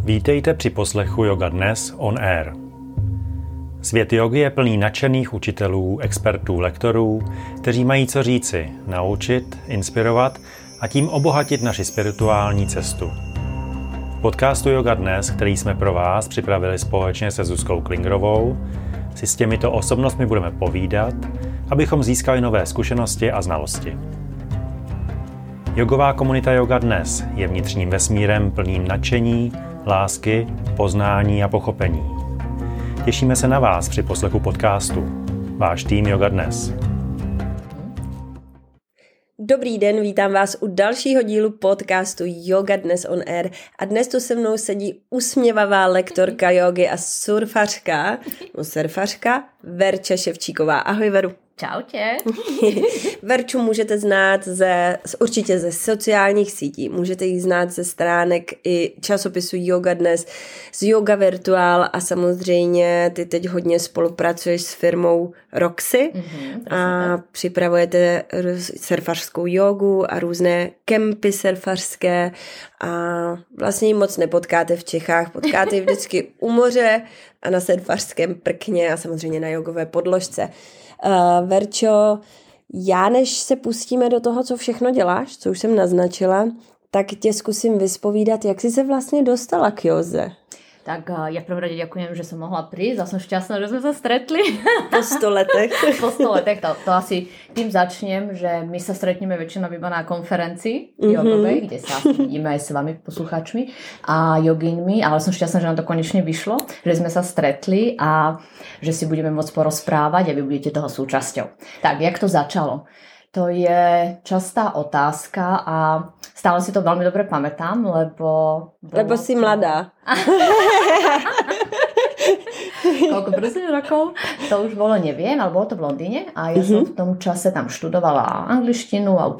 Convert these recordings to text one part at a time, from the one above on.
Vítejte při poslechu Yoga Dnes on Air. Svět jogy je plný nadšených učitelů, expertů, lektorů, kteří mají co říci, naučit, inspirovat a tím obohatit naši spirituální cestu. V podcastu Yoga Dnes, který jsme pro vás připravili společně se Zuzkou Klingrovou, si s těmito osobnostmi budeme povídat, abychom získali nové zkušenosti a znalosti. Jogová komunita Yoga Dnes je vnitřním vesmírem plným nadšení, lásky, poznání a pochopení. Těšíme se na vás při poslechu podcastu. Váš tým Yoga Dnes. Dobrý den, vítám vás u dalšího dílu podcastu Yoga Dnes on Air a dnes tu se mnou sedí usměvavá lektorka jogy a surfařka Verča Ševčíková. Ahoj Veru. Čau tě. Verču můžete znát určitě ze sociálních sítí, můžete ji znát ze stránek i časopisu Yoga Dnes, z Yoga Virtuál a samozřejmě ty teď hodně spolupracuješ s firmou Roxy a připravujete surfařskou jogu a různé kempy surfařské a vlastně ji moc nepotkáte v Čechách, potkáte ji vždycky u moře a na surfařském prkně a samozřejmě na jogové podložce. Verčo, já než se pustíme do toho, co všechno děláš, co už jsem naznačila, tak tě zkusím vyspovídat, jak jsi se vlastně dostala k józe. Tak ja v prvom rade ďakujem, že som mohla prísť a som šťastná, že sme sa stretli. Po 100 letech. Po 100 letech, to asi tým začnem, že my sa stretneme väčšinou iba na konferencii jogovej, kde sa vidíme aj s vami, poslucháčmi a joginmi, ale som šťastná, že nám to konečne vyšlo, že sme sa stretli a že si budeme môcť porozprávať a vy budete toho súčasťou. Tak, jak to začalo? To je častá otázka a stále si to veľmi dobre pamätám, lebo si mladá. Koľko prosím rokov? To už bolo, neviem, ale bolo to v Londýne a ja som v tom čase tam študovala angličtinu a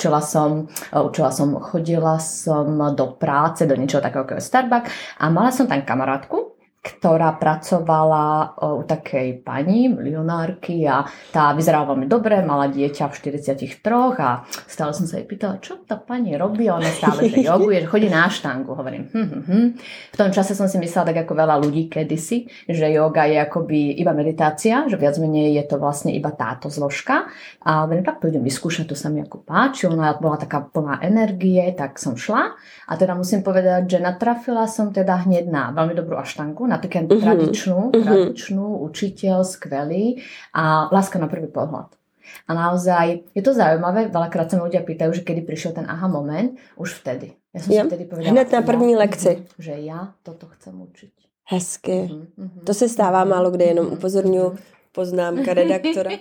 chodila som do práce, do niečoho takého ako Starbucks a mala som tam kamarátku, ktorá pracovala u takej pani, milionárky a tá vyzerala veľmi dobre, mala dieťa v 43 a stále som sa jej pýtala, čo tá pani robí, ona stále, že joguje, že chodí na štangu, hovorím. V tom čase som si myslela tak ako veľa ľudí kedysi, že joga je akoby iba meditácia, že viac menej je to vlastne iba táto zložka a hovorím, tak pôjdem vyskúšať, to sa mi ako páči, ona bola taká plná energie, tak som šla a teda musím povedať, že natrafila som teda hneď na veľmi dobrú aštangu, na také tradičnú, učiteľ, skvelý a láska na prvý pohľad. A naozaj je to zaujímavé, veľakrát sa ľudia pýtajú, že kedy prišiel ten aha moment, už vtedy. Ja som si vtedy povedala, hned na první lekci, že ja toto chcem učiť. Hezky. To se stává málo kde, jenom upozorňuji, poznámka redaktora,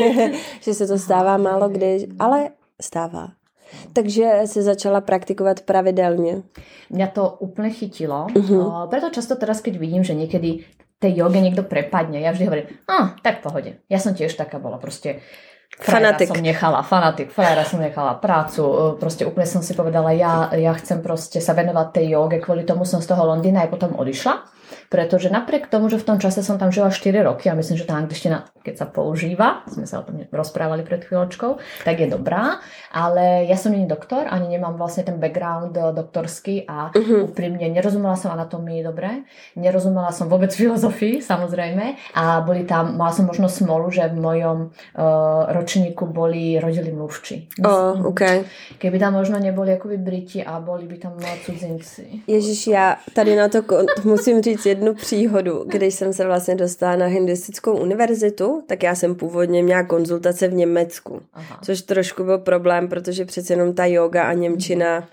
že se to stává málo kde, ale stává. Takže si začala praktikovat pravidelne. Mňa to úplne chytilo. Preto často teraz, keď vidím, že niekedy tej joge niekto prepadne, ja vždy hovorím, tak v pohode. Ja som tiež taká bola, proste fanatik. Frajera som nechala prácu, proste úplne som si povedala, ja chcem proste sa venovať tej joge, kvôli tomu som z toho Londýna aj potom odišla. Pretože napriek tomu, že v tom čase som tam žila 4 roky a myslím, že tá angličtina, keď sa používa, sme sa o tom rozprávali pred chvíľočkou, tak je dobrá, ale ja som nie doktor, ani nemám vlastne ten background doktorský a úprimne nerozumela som anatómii dobre, nerozumela som vôbec filozofii, samozrejme, a mala som možno smolu, že v mojom ročníku boli rodili mluvči. Okay. Keby tam možno neboli akoby Briti a boli by tam cudzinci. Ježiš, já tady na to musím říct jednu příhodu. Když jsem se vlastně dostala na hinduistickou univerzitu, tak já jsem původně měla konzultace v Německu. Což trošku byl problém, protože přece jenom ta yoga a němčina.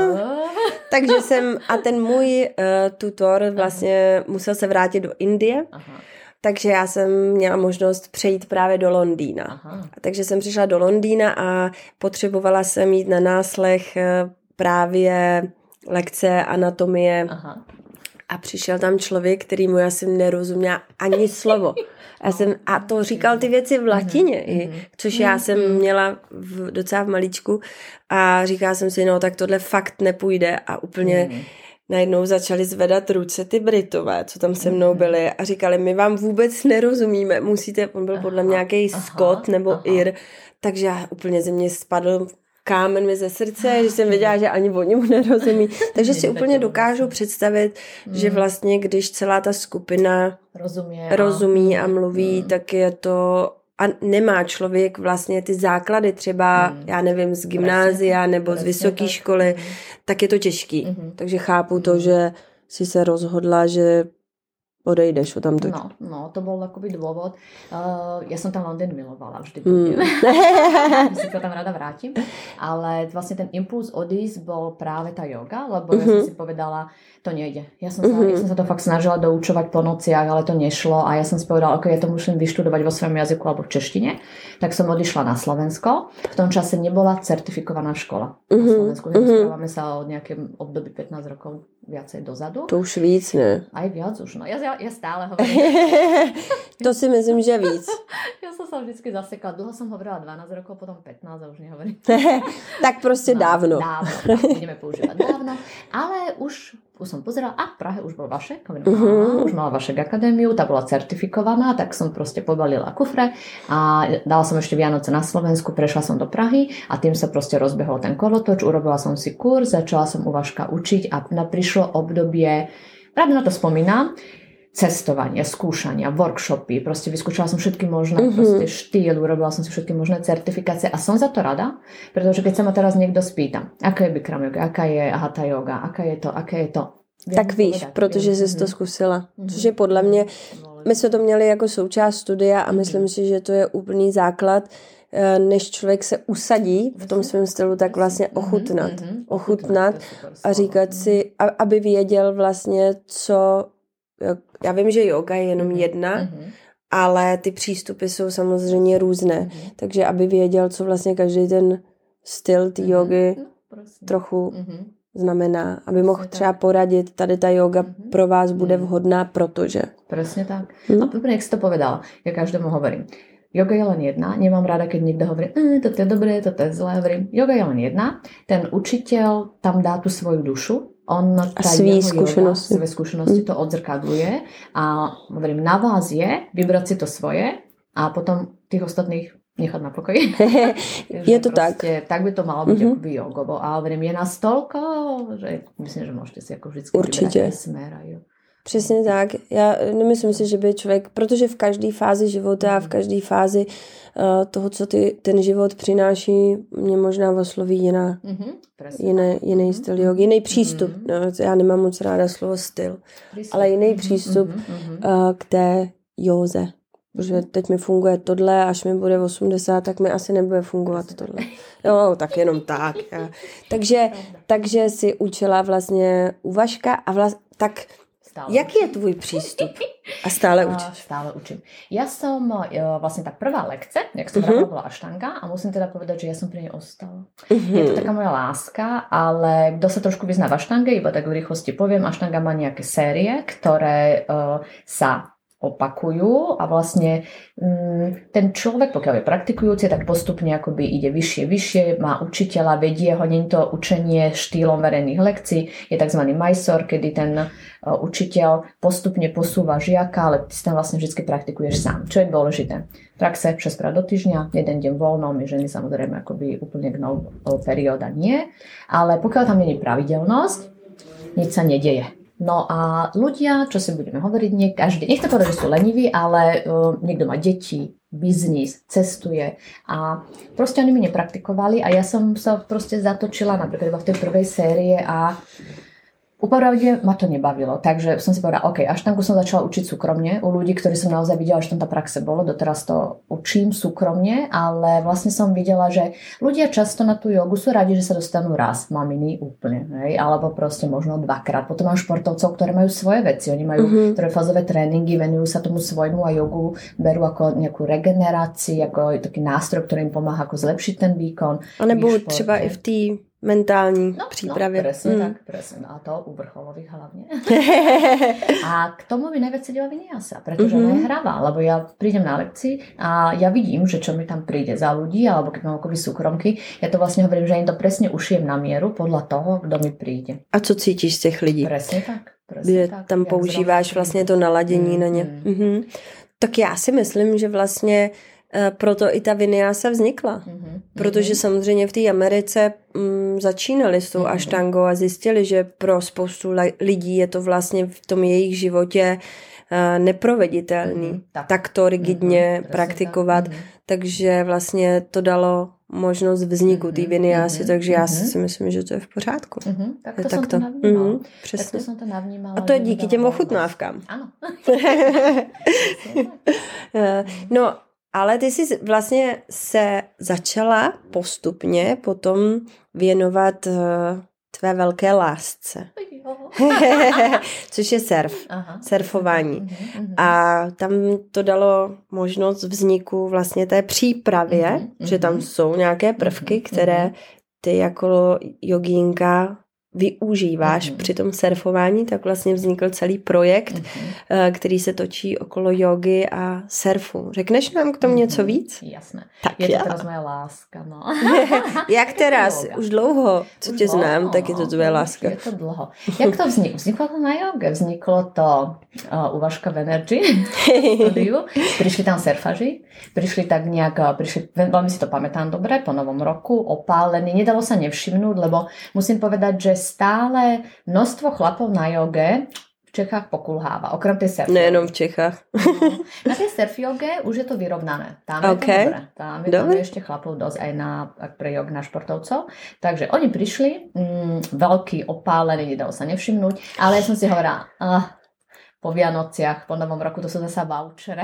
Takže a ten můj tutor vlastně musel se vrátit do Indie. Takže já jsem měla možnost přejít právě do Londýna. Takže jsem přišla do Londýna a potřebovala jsem jít na náslech právě lekce anatomie. A přišel tam člověk, kterýmu já jsem nerozuměla ani slovo. A to říkal ty věci v latině, což já jsem měla docela v malíčku a říkala jsem si, no tak tohle fakt nepůjde a úplně najednou začali zvedat ruce ty Britové, co tam se mnou byli a říkali, my vám vůbec nerozumíme, musíte, on byl podle mě nějaký Skot nebo Ir, takže já úplně ze mě spadl kámen mi ze srdce, že jsem věděla, že ani oni mu nerozumí. Takže si úplně dokážu představit, že vlastně, když celá ta skupina rozumí a mluví, tak je to... A nemá člověk vlastně ty základy třeba, já nevím, z gymnázia nebo z vysoké školy, tak je to těžký. Takže chápu to, že si se rozhodla, že odejdeš odtamtud. No, to bol akoby dôvod. Ja som tam Londýn milovala vždy. Si to tam rada vrátim. Ale vlastne ten impuls odísť bol práve tá yoga, lebo ja som si povedala, to nejde. Ja som sa to fakt snažila doučovať po nociach, ale to nešlo a ja som si povedala, ja to musím vyštudovať vo svojom jazyku alebo v češtine. Tak som odišla na Slovensko. V tom čase nebola certifikovaná škola na Slovensku. Rozprávame sa o nejakém období 15 rokov viacej dozadu. To už víc, ne? Aj viac už, no. Ja stále hovorím. To si myslím, že víc. Ja som sa vždycky zasekla. Dlho som hovorila 12 rokov, potom 15 a už nehovorím. Tak proste dávno. Dávno, budeme používať dávno. Ale už som pozerala, v Prahe už bol Vašek. Už mala Vašek akadémiu, tá bola certifikovaná, tak som proste pobalila kufre a dala som ešte Vianoce na Slovensku, prešla som do Prahy a tým sa proste rozbehol ten kolotoč, urobila som si kurz, začala som u Vaška učiť a prišlo obdobie, práve na to spomínam, cestovania, skúšania, workshopy, proste vyskúšala som všetky možné proste štýl, urobila som si všetky možné certifikácie a som za to rada, pretože keď sa ma teraz niekto spýta, aká je Bikram yoga, aká je Hatha yoga, aké je to. Tak víš, protože jsi to zkusila. Což je podle mě, my jsme to měli jako součást studia a myslím si, že to je úplný základ, než člověk se usadí v tom svém stylu, tak vlastně ochutnat a říkat si, aby věděl vlastně, co... Já vím, že yoga je jenom jedna, ale ty přístupy jsou samozřejmě různé. Takže aby věděl, co vlastně každý ten styl té jogy trochu znamená. Aby mohl třeba poradit, tady ta yoga pro vás bude vhodná, protože... Presne tak. A úplne, jak si to povedala, ja každému hovorím. Yoga je len jedna. Nemám rada, keď niekto hovorí, toto je dobré, toto je zlé. Hovorím, yoga je len jedna. Ten učiteľ tam dá tú svoju dušu. On svoje skúsenosti to odzrkadluje a hovorím, na vás je vybrať si to svoje a potom tých ostatných nechať na pokoji. Je to proste, tak by to malo byť akoby jogovo. A hovorím, je nás toľko, že myslím, že môžete si ako vždycky vybrať smer. Přesně tak. Já nemyslím si, že by člověk, protože v každé fázi života a v každé fázi toho, co ten život přináší, mě možná osloví jiný styl jogy, jiný přístup. No, já nemám moc ráda slovo styl, ale jiný přístup k té józe. Protože teď mi funguje tohle, až mi bude 80, tak mi asi nebude fungovat tohle. Jo, tak jenom tak. Takže si učila vlastně u Vaška a tak jaký je tvůj přístup? A stále učíš? Stále učím. Ja som vlastne tá prvá lekce, jak som bola aštanga a musím teda povedať, že ja som pri nej ostala. Je to taká moja láska, ale kto sa trošku vyzná v aštange, iba tak v rýchlosti poviem, aštanga má nejaké série, ktoré sa opakujú a vlastne ten človek, pokiaľ je praktikujúci, tak postupne akoby ide vyššie, má učiteľa, vedie ho, nie to učenie štýlom verejných lekcií, je tzv. Mysore, kedy ten učiteľ postupne posúva žiaka, ale ty si tam vlastne vždy praktikuješ sám. Čo je dôležité? Praxe 6 krát do týždňa, jeden deň voľno, my ženy samozrejme akoby úplne gnou perióda nie, ale pokiaľ tam nie je pravidelnosť, nič sa nedeje. No a ľudia, čo si budeme hovoriť, nie každý, nech to povedať, že sú leniví, ale niekto má deti, biznis, cestuje a proste oni mi nepraktikovali a ja som sa proste zatočila napríklad iba v tej prvej série a upravde ma to nebavilo, takže som si povedala, OK, aštangu som začala učiť súkromne u ľudí, ktorí som naozaj videla, že tam tá praxe bolo, doteraz to učím súkromne, ale vlastne som videla, že ľudia často na tú jogu sú radi, že sa dostanú raz, maminy úplne, hej, alebo proste možno dvakrát. Potom mám športovcov, ktorí majú svoje veci, oni majú trojfázové tréningy, venujú sa tomu svojmu a jogu berú ako nejakú regeneráciu, ako taký nástroj, ktorý im pomáha ako zlepšiť ten výkon. A nebo třeba i v té mentální přípravě. No, presne tak, presne. A to u vrcholových hlavne. A k tomu mi najviac sedela vinyasa, pretože ona je hravá, lebo ja prídem na lekcii a ja vidím, že čo mi tam príde za ľudí, alebo keď mám akoby súkromky, ja to vlastne hovorím, že im to presne ušijem na mieru podľa toho, kto mi príde. A co cítíš z těch lidí? Presne tak. Tam používáš vlastně to naladění na ně. Tak já si myslím, že vlastně proto i ta vinyasa vznikla. Protože samozřejmě v té Americe začínali s tou aštangou a zjistili, že pro spoustu lidí je to vlastně v tom jejich životě neproveditelný. Tak to rigidně praktikovat. Takže vlastně to dalo možnost vzniku té vinyasy, takže já si myslím, že to je v pořádku. Tak to navnímala. Přesně. Tak to jsem to navnímala. A to je díky těm ochutnávkám. Ano. No, ale ty jsi vlastně se začala postupně potom věnovat tvé velké lásce. Což je surfování. A tam to dalo možnost vzniku vlastně té přípravě, že tam jsou nějaké prvky, které ty jako jogínka využíváš při tom surfování, tak vlastně vznikl celý projekt, který se točí okolo jogy a surfu. Řekneš nám k tomu něco víc? Jasné. Tak je to teraz moja láska, no. Jak teraz? Už dlouho, co tě znám, tak je to tvoje láska. Je to dlouho. Jak to vzniklo? Vzniklo to na joge. Vzniklo to u Vaška v Energy studiu. Prišli tam surfaři. Prišli veľmi si to pamätám dobre, po novom roku, opálení. Nedalo sa nevšimnúť, lebo musím povedať, že stále množstvo chlapov na joge v Čechách pokulháva, okrem tej surf jogy. Nejenom v Čechách. Na tej surf joge už je to vyrovnané. Tam je to dobré. Tam je ešte chlapov dosť aj pre jog na športovcov. Takže oni prišli, veľký, opálení, nedalo sa nevšimnúť, ale ja som si hovorila, po Vianociach, po Novom roku, to sú zasa vouchere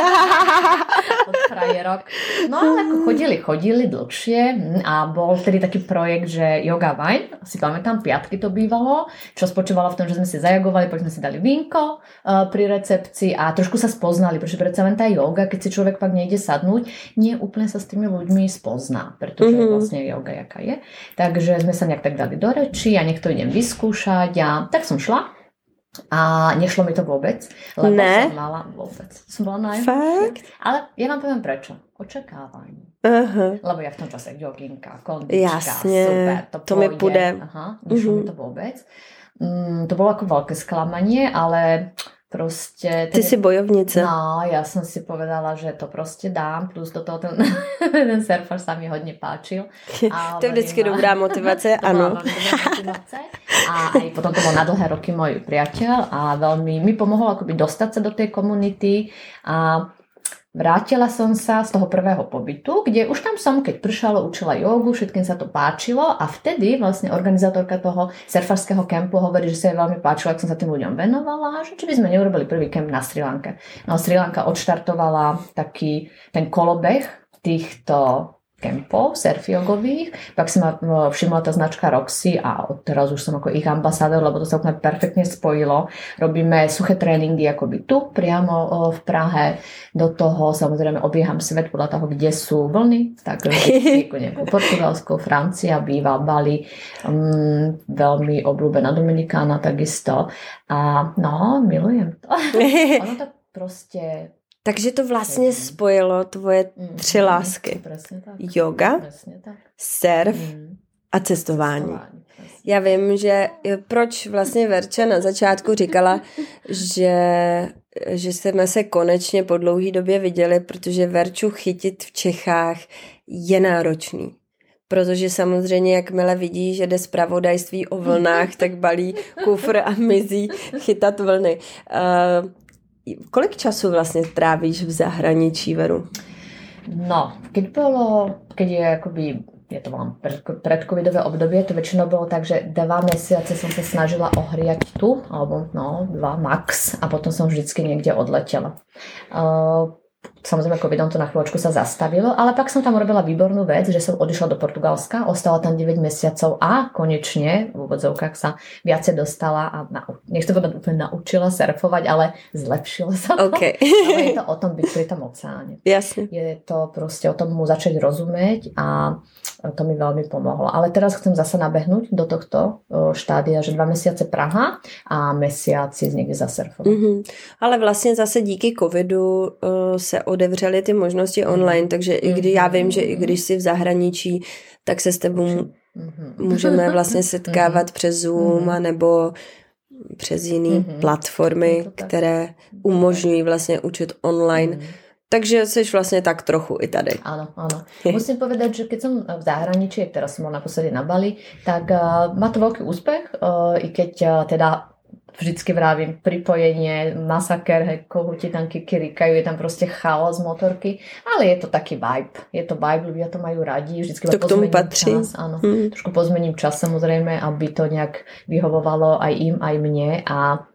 od frajerok. No ale ako chodili dlhšie a bol vtedy taký projekt, že Yoga Wine, si pamätám, piatky to bývalo, čo spočívalo v tom, že sme si zajogovali, potom sme si dali vínko pri recepcii a trošku sa spoznali, pretože predsa len tá yoga, keď si človek pak nejde sadnúť, nie úplne sa s tými ľuďmi spozná, pretože vlastne yoga jaká je. Takže sme sa nejak tak dali do reči a niekto idem vyskúšať a tak som šla. A nešlo mi to vôbec, lebo som bola na Fakt? Ale ja vám poviem prečo. Očakávanie. Lebo ja v tom čase joginka, kondička, jasne, super, to mi pôjde. Nešlo mi to vôbec. To bolo ako veľké sklamanie, ale proste... Ty si bojovnice. No, ja som si povedala, že to proste dám, plus do toho ten surfer sa mi hodne páčil. To je vždycky dobrá motivace, ano. A aj potom to bol na dlhé roky môj priateľ a veľmi mi pomohol akoby dostať sa do tej komunity a vrátila som sa z toho prvého pobytu, kde už tam som, keď pršalo, učila jogu, všetkým sa to páčilo a vtedy vlastne organizátorka toho surfarského kempu hovorí, že sa jej veľmi páčilo, ak som sa tým ľuďom venovala, že či by sme neurobili prvý kemp na Sri Lanke. No Sri Lanka odštartovala taký ten kolobeh týchto kempov surf-jogových, pak si ma všimla tá značka Roxy a odteraz už som ako ich ambasádor, lebo to sa úplne perfektne spojilo. Robíme suché tréningy akoby tu, priamo v Prahe. Do toho samozrejme obieham svet podľa toho, kde sú vlny, tak Portugalsko, Francia, býva Bali, veľmi obľúbená Dominikána takisto. A no, milujem to. Ono to proste... Takže to vlastně spojilo tvoje 3 lásky. Tak. Yoga, tak. Surf a cestování. Já vím, že proč vlastně Verča na začátku říkala, že jsme se konečně po dlouhé době viděli, protože Verču chytit v Čechách je náročný. Protože samozřejmě, jakmile vidí, že jde zpravodajství o vlnách, tak balí kufr a mizí chytat vlny. Kolik času vlastně trávíš v zahraničí, Veru? No, keď je akoby, ja to volám predcovidové obdobie, to väčšinou bolo tak, že 2 mesiace som sa snažila ohriať tu, alebo 2 max, a potom som vždycky niekde odletela. Samozrejme, covidom to na chvíľočku sa zastavilo, ale pak som tam urobila výbornú vec, že som odišla do Portugalska, ostala tam 9 mesiacov a konečne v úvodzovkách sa viacej dostala a nechcem povedať úplne naučila surfovať, ale zlepšilo sa to. Okay. Ale je to o tom byť pri tom oceáne. Jasne. Je to proste o tom mu začať rozumieť a to mi veľmi pomohlo. Ale teraz chcem zase nabehnúť do tohto štádia, že 2 mesiace Praha a mesiac si niekde zasurfovať. Ale vlastně zase díky covidu se odevřely ty možnosti online, takže i když já vím, že i když jsi v zahraničí, tak se s tebou můžeme vlastně setkávat přes Zoom nebo přes jiné platformy, které umožňují vlastně učit online Takže jsi vlastně tak trochu i tady. Áno. Musím povedať, že keď som v zahraničí, teraz som bol naposledy na Bali, tak má to veľký úspech, i keď teda vždycky vravím, pripojenie, masaker, kohúti tam kikirikajú, je tam proste chaos motorky, ale je to taký vibe. Je to vibe, ľudia to majú radi, vždycky to k tomu patrí. Čas, áno. Trošku pozmením čas samozrejme, aby to nejak vyhovovalo aj im, aj mne a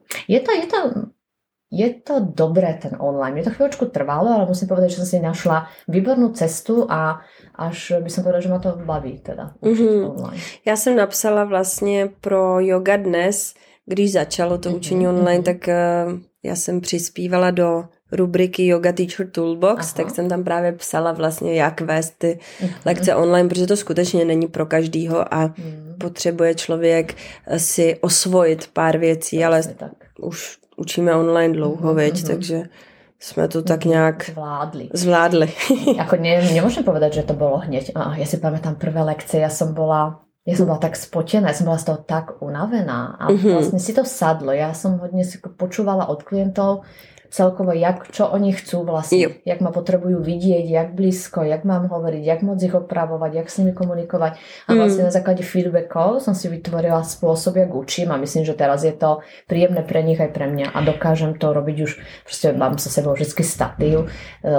je to dobré ten online. Mne to chvíľočku trvalo, ale musím povedať, že som si našla výbornú cestu a až by som povedala, že ma to baví teda online. Já jsem napsala vlastně pro Yoga Dnes, když začalo to učení online, tak já jsem přispívala do rubriky Yoga Teacher Toolbox, tak jsem tam právě psala vlastně, jak vést ty lekce online, protože to skutečně není pro každýho a potřebuje člověk si osvojit pár věcí, ale už učíme online dlouho, takže jsme to tak nějak zvládli. Ako nemôžem povedať, že to bolo hneď. Ja si pamätám prvé lekcie, ja som bola tak spotená, ja som bola z toho tak unavená a vlastne si to sadlo. Ja som hodne si počúvala od klientov celkovo, čo oni chcú vlastne, jak ma potrebujú vidieť, jak blízko, jak mám hovoriť, jak môcť ich opravovať, jak s nimi komunikovať. A vlastne na základe feedbackov som si vytvorila spôsob, jak učím a myslím, že teraz je to príjemné pre nich aj pre mňa a dokážem to robiť už, proste mám sa sebou vždycky stativ,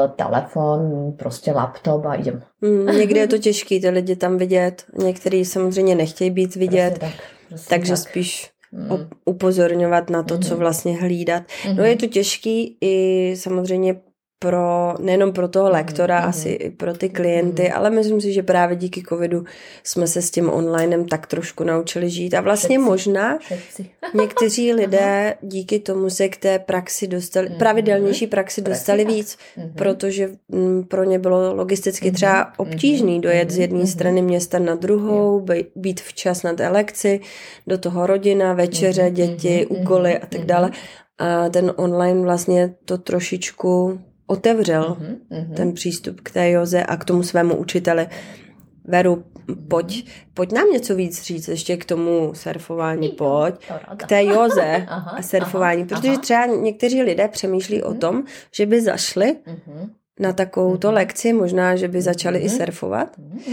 telefon, prostě laptop a idem. Někdy je to těžký ty lidi tam vidět, některý samozřejmě nechtějí být vidět, takže spíš upozorňovat na to, co vlastně hlídat. No je to těžký i samozřejmě nejenom pro toho lektora, asi i pro ty klienty, ale myslím si, že právě díky covidu jsme se s tím onlinem tak trošku naučili žít a vlastně možná někteří lidé díky tomu se k té praxi dostali, pravidelnější praxi dostali víc, protože pro ně bylo logisticky třeba obtížný dojet z jedné strany města na druhou, být včas na té lekci, do toho rodina, večeře, děti, úkoly a tak dále. A ten online vlastně to trošičku otevřel ten přístup k té józe a k tomu svému učiteli. Veru, pojď nám něco víc říct ještě k tomu surfování, pojď, k té józe a surfování, protože třeba někteří lidé přemýšlí o tom, že by zašli na takovouto lekci, možná, že by začali i surfovat.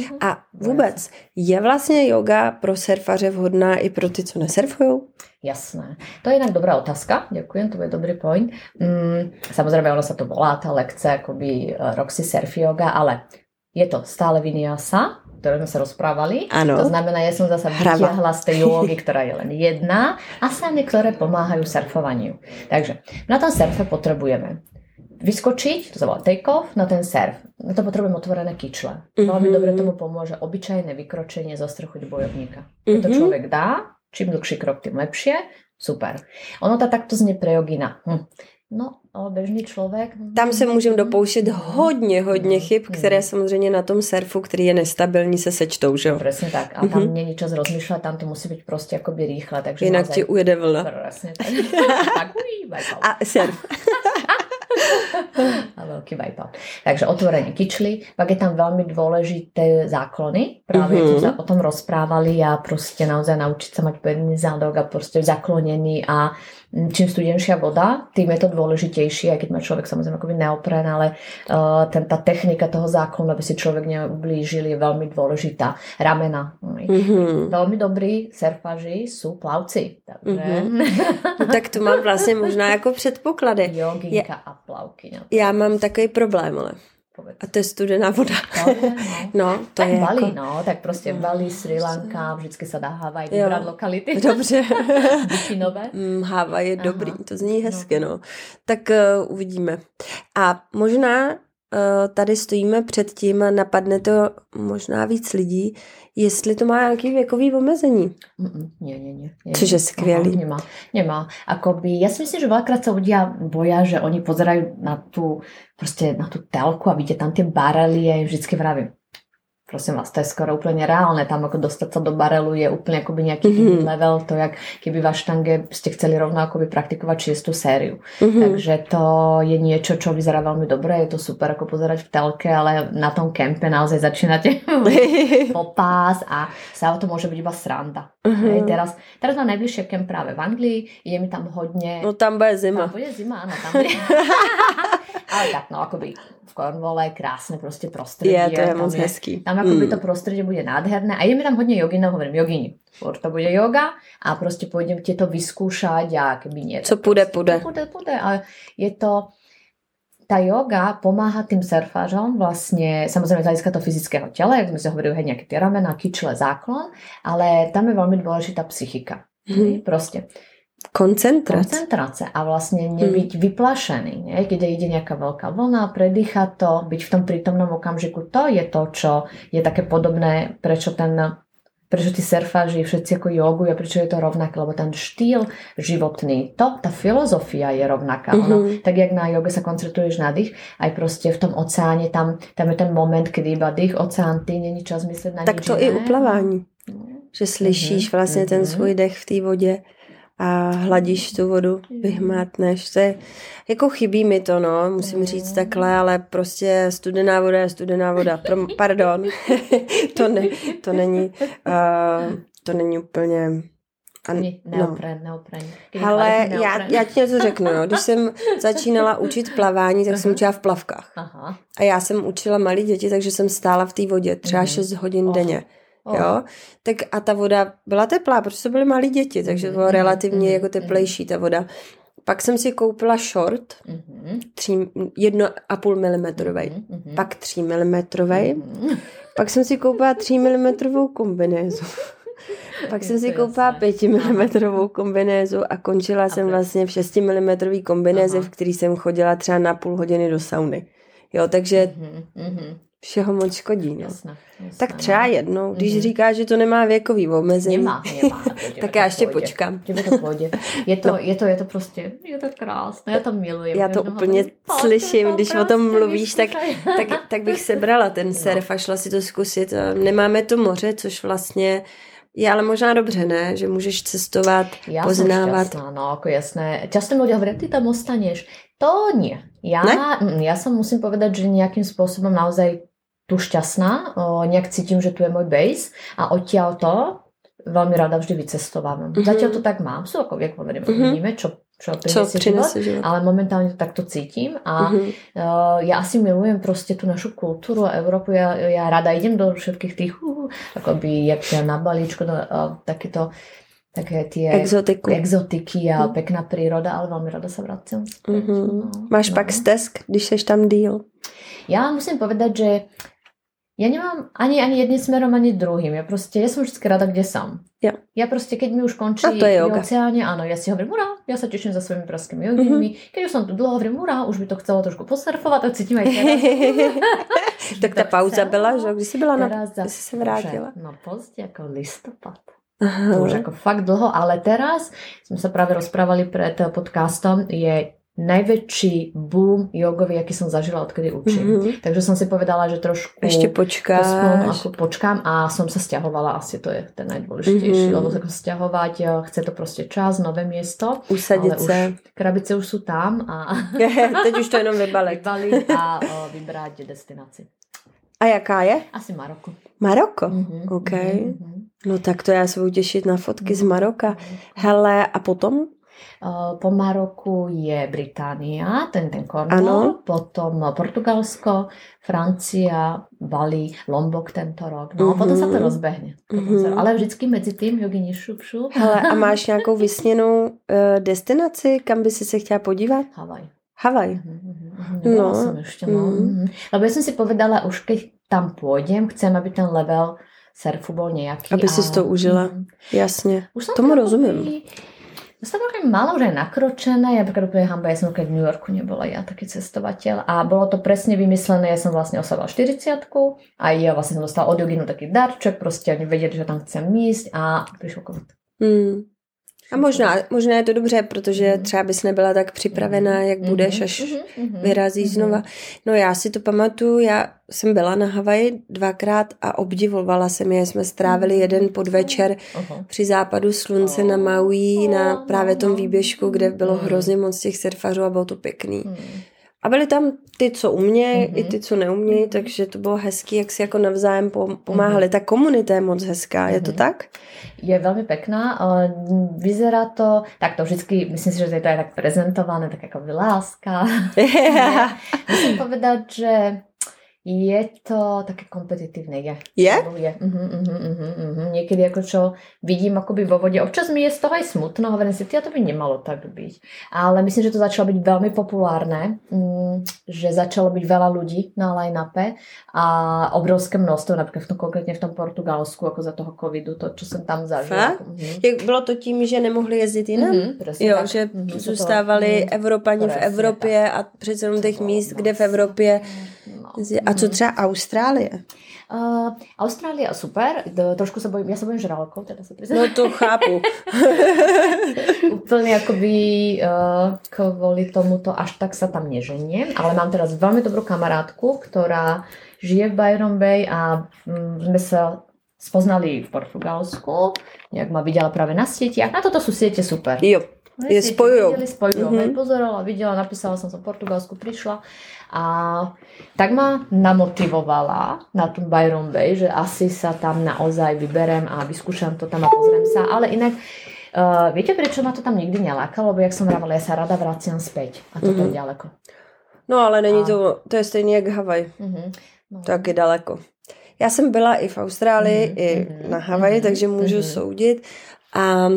A vůbec, je vlastně yoga pro surfaře vhodná i pro ty, co nesurfujou? Jasné. To je inak dobrá otázka. Ďakujem, to je dobrý point. Samozrejme, ono sa to volá, tá lekcia, akoby Roxy Surf Yoga, ale je to stále vinyasa, ktoré sme sa rozprávali. Ano. To znamená, ja som zasa vytiahla z tej jogy, ktorá je len jedna, a sami, ktoré pomáhajú surfovaniu. Takže na tom surfe potrebujeme vyskočiť, to sa volá take-off, na ten surf. Na to potrebujeme otvorené kyčle. Veľmi dobre tomu pomôže obyčajné vykročenie zo strchu bojovníka. Keď to človek dá, čím dlhší krok, tým lepšie. Super. Ono to takto znie pre jogina. No, ale bežný člověk... Tam se můžeme dopouštět hodně chyb, které samozřejmě na tom surfu, který je nestabilní, se sečtou, že jo? Presne tak. A tam není čas rozmýšľať, tam to musí být prostě akoby rýchle. Takže jinak ti ujede vlna. Presne tak. A surf. A veľký wipeout. Takže otvorenie kyčly, pak je tam veľmi dôležité záklony. Práve sme sa o tom rozprávali a proste naozaj naučiť sa mať pevný zádok a proste zaklonený a čím studenšia voda, tým je to dôležitejšie, aj keď má človek samozrejme akoby neopren, ale tá technika toho záklonu, aby si človek neublížil, je veľmi dôležitá. Ramena. Veľmi dobrí surfaži sú plavci. Takže... No, tak to mám vlastně možná jako předpoklady. Joginka a plavkyňa. Já mám takový problém, ale a to je studená voda. No, to tak je Bali, jako... no, tak prostě Bali, Sri Lanka, vždycky se dá Havaj vybrat lokality. Dobře. Bikinové. Havaj je dobrý, to zní hezky, no. Tak uvidíme. A možná tady stojíme před tím a napadne to možná víc lidí, jestli to má nějaký věkový omezení. Nie. Což je skvělý. Nemá. Akoby, ja si myslím, že veľakrát sa ľudia boja, že oni pozerajú na tú telku a vidia tam tie barely a vždycky vravím, prosím vás, to je skoro úplne reálne. Tam ako dostať sa do barelu je úplne akoby nejaký iný level. To jak keby v aštange ste chceli rovno akoby praktikovať 6. sériu. Takže to je niečo, čo vyzerá veľmi dobre. Je to super ako pozerať v telke, ale na tom kempe naozaj začínate po pás a sa o to môže byť iba sranda. Teraz mám najbližšie kemp práve v Anglii. Je mi tam hodne... No tam bude zima. Tam bude zima, áno. Tam bude... Ale tak, no akoby v Cornwalle krásne proste prostredie. To je moc hezký. Tam akoby to prostredie bude nádherné a je mi tam hodne joginov, hovorím jogini. To bude yoga a proste pôjdem ti to vyskúšať a keby nie. Co pôjde. Ale je to... Tá yoga pomáha tým surfážom vlastne, samozrejme z hľadiska toho fyzického tela, jak sme si hovorili, nejaké tie ramena, kyčle, záklon, ale tam je veľmi dôležitá psychika. Proste. Koncentrácia. A vlastne nebyť vyplašený. Nie? Keď ide nejaká veľká vlna, predýchať to, byť v tom prítomnom okamžiku, to je to, čo je také podobné, prečo tí surfáži všetci ako jogujú a prečo je to rovnaké, lebo ten štýl životný, tá filozofia je rovnaká. Ono, tak jak na joge sa koncentruješ na dých, aj proste v tom oceáne, tam je ten moment, kedy iba dých, oceán, ty, není čas myslet na tak nič to iné. I u plavání. Že slyšíš vlastně ten svůj dech v té vodě a hladíš tu vodu, vyhmátneš. To je, jako chybí mi to, no, musím říct takhle, ale prostě studená voda je studená voda. Pardon. To není úplně... Neopren. Ale já ti něco řeknu, no. Když jsem začínala učit plavání, tak jsem učila v plavkách. Aha. A já jsem učila malé děti, takže jsem stála v té vodě třeba 6 hodin denně. Jo, tak a ta voda byla teplá, protože to byly malí děti, takže to bylo relativně jako teplejší ta voda. Pak jsem si koupila short, 1,5 mm, pak 3 mm, pak jsem si koupila 3 mm kombinézu. Pak jsem si koupila 5 mm kombinézu a končila jsem vlastně v 6 mm kombinéze, v který jsem chodila třeba na půl hodiny do sauny. Jo, takže všeho moc škodí. No. Jasné, tak třeba jednou, když říká, že to nemá věkový omezení, nemá, tak já ještě počkám. Tebe to pôjde. Je to prostě, je to krásné, já to milujem. Já to úplně slyším, když o tom mluvíš, tak bych sebrala ten surf a šla si to zkusit. Nemáme to moře, což vlastně je ale možná dobře, ne? Že můžeš cestovat, poznávat. Som šťastná, no ako jasné. Často ľudia hovoria, ty tam ostaneš. To nie. Ja sa musím povedať, že nejakým spôsobom naozaj tu šťastná. Nejak cítim, že tu je môj base a odtiaľ to veľmi rada vždy vycestovávam. Zatiaľ to tak mám. Sú ako, jak hovorím, vidíme, čo prinesie život, ale momentálne to takto cítim a ja asi milujem proste tú našu kultúru a Európu. Ja rada idem do všetkých tých akoby, jak na balíčko, také tie exotiky a pekná príroda, ale veľmi rada sa vraciam. Máš pak stesk, když seš tam díl? Ja musím povedať, že ja nemám ani jedným smerom, ani druhým. Ja som vždy rada, kde som. Ja proste, keď mi už končí v oceáne, áno, ja si hovorím, urá, ja sa teším za svojimi praskými joginmi. Keď už som tu dlho, hovorím, urá, už by to chcelo trošku posurfovať, tak cítim aj teraz. Tak tá pauza byla, že? Když si byla jsi se vrátila. No pozdě, ako listopad. To už ako fakt dlho, ale teraz sme sa práve rozprávali pred podcastom, je najväčší boom jogový, aký som zažila, odkedy učím. Takže som si povedala, že trošku ešte počkám a som sa sťahovala, asi to je ten najdôležitejší, lebo sa sťahovať, chce to proste čas, nové miesto. Usadiť sa. Krabice už sú tam a teď už to jenom vybaliť a vybrať destináciu. A jaká je? Asi Maroko. Maroko? OK. No tak to já se budu těšit na fotky z Maroka. Hele, a potom? Po Maroku je Británia, ten Cornwall, potom Portugalsko, Francia, Bali, Lombok tento rok. No, potom sa to rozbehne. Ale vždycky medzi tým jogini šup. Hele, a máš nějakou vysněnou destinaci, kam by si se chtěla podívat? Havaj. No. Som ešte, Lebo ja som si povedala, už keď tam pôjdem, chcem, aby ten level surfu bol nejaký. Aby si to užila. Jasne. Tomu rozumiem. Som tam málo už aj nakročené. Ja napríklad úplne hamba, ja som keď v New Yorku nebola ja taký cestovateľ a bolo to presne vymyslené. Ja som vlastne oslavala 40-ku a ja vlastne som dostala od joginu taký darček, proste oni vedeli, že tam chcem ísť a prišiel COVID. A možná je to dobře, protože třeba bys nebyla tak připravená, jak budeš, až vyrazíš znova. No já si to pamatuju, já jsem byla na Havaji 2krát a obdivovala jsem je. Jsme strávili jeden podvečer při západu slunce na Maui, na právě tom výběžku, kde bylo hrozně moc těch surfařů a bylo to pěkný. A byli tam ty, co umějí, i ty, co neumějí, takže to bylo hezký, jak si jako navzájem pomáhali. Ta komunita je moc hezká, je to tak? Je veľmi pekná. Vyzerá to, tak to vždycky, myslím si, že to je tak prezentované, tak ako láska. Musím povedať, že je to také kompetitívne. Je? Je. Niekedy ako čo vidím akoby vo vode. Občas mi je z toho aj smutno, hovorím si, to by nemalo tak byť. Ale myslím, že to začalo byť veľmi populárne, že začalo byť veľa ľudí na line-upe a obrovské množstvo, napríklad konkrétne v tom Portugalsku, ako za toho covidu, to, čo som tam zažila. Bylo to tím, že nemohli jezdit jinam? Jo, tak. Že zůstávali Evropani v Evropě tak. A přece jenom těch míst, kde v Evropě. A co třeba Austrálie? Austrália super, trošku sa bojím, ja sa bojím žralokov, teda sa priznám. No to chápu. Úplne akoby kvôli tomuto až tak sa tam neženiem, ale mám teraz veľmi dobrú kamarátku, ktorá žije v Byron Bay a sme sa spoznali v Portugalsku, nejak ma videla práve na sieťach, na toto sú siete super. Jo. Je spojujú. Pozerala, videla, napísala som sa v Portugalsku, prišla a tak ma namotivovala na tú Byron Bay, že asi sa tam naozaj vyberem a vyskúšam to tam a pozriem sa, ale inak viete, prečo ma to tam nikdy nelákalo, lebo jak som vravala, ja sa rada vraciam späť a to je ďaleko. No ale není to je stejně jak Havaj, tak je daleko. Já jsem byla i v Austrálii, i na Havaji, takže můžu soudit a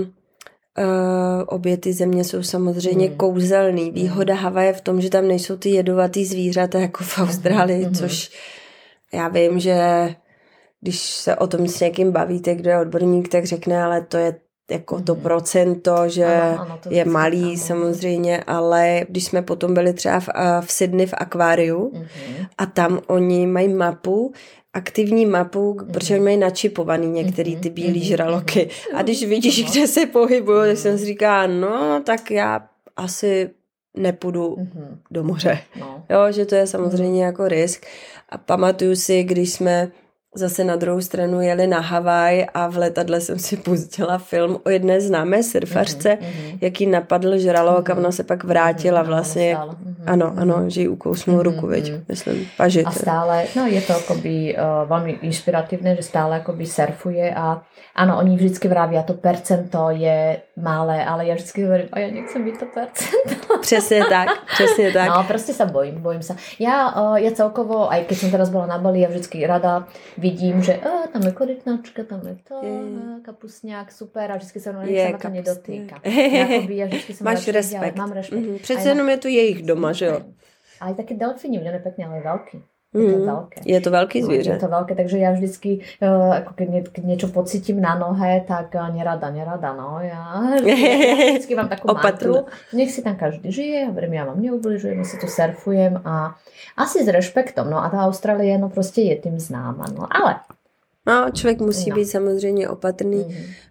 obě ty země jsou samozřejmě kouzelný. Výhoda Havaje v tom, že tam nejsou ty jedovatý zvířata jako v Austrálii, což já vím, že když se o tom s někým bavíte, kdo je odborník, tak řekne, ale to je jako to procento, že ano, to je malý samozřejmě, ale když jsme potom byli třeba v Sydney v akváriu a tam oni mají mapu, aktivní mapu, protože mají načipovaný některý ty bílý žraloky. A když vidíš, kde se pohybují, tak jsem si říká, no, tak já asi nepůjdu do moře. Jo, že to je samozřejmě jako risk. A pamatuju si, když jsme zase na druhou stranu jeli na Havaj a v letadle jsem si pustila film o jedné známé surfařce, jaký napadl žralok a ona se pak vrátila vlastně. Ano, že jí ukousnul ruku, veď, myslím, pažit. A stále, no je to akoby veľmi inšpiratívne, že stále akoby surfuje a áno, oni vždycky vravia, to percento je malé, ale ja vždycky hovorím, a ja nechcem byť to percento. Přesně tak. No, proste sa bojím sa. Ja celkovo, aj keď som teraz bola na Bali, ja vždycky rada vidím, že tam je korytnačka, tam je to, kapusňák, super, a vždycky sa ma to nedotýka. Máš respekt. Mám respekt. Přece jenom je to jejich doma, že jo? Ale také delfíny, on je pekný, ale je veľký. Je to veľký zvíře. Je to veľké, takže ja vždycky, ako keď niečo pocítim na nohe, tak nerada, no. Ja vždycky mám takú mantru, nech si tam každý žije, ja vám neubližujem, si tu surfujem a asi s rešpektom, no a ta Austrálie, no prostě je tým známa, no ale... No, člověk musí být samozřejmě opatrný.